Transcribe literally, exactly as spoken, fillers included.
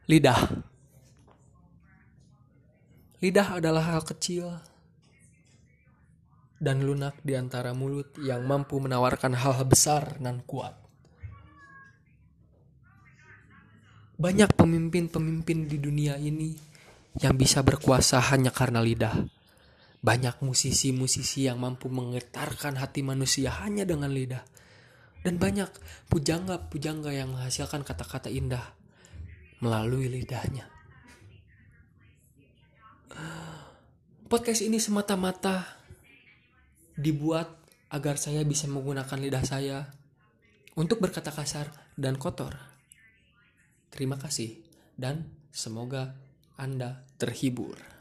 Lidah. Lidah adalah hal kecil dan lunak di antara mulut yang mampu menawarkan hal besar dan kuat. Banyak pemimpin-pemimpin di dunia ini yang bisa berkuasa hanya karena lidah. Banyak musisi-musisi yang mampu menggetarkan hati manusia hanya dengan lidah. Dan banyak pujangga-pujangga yang menghasilkan kata-kata indah melalui lidahnya. Podcast ini semata-mata dibuat agar saya bisa menggunakan lidah saya untuk berkata kasar dan kotor. Terima kasih dan semoga Anda terhibur.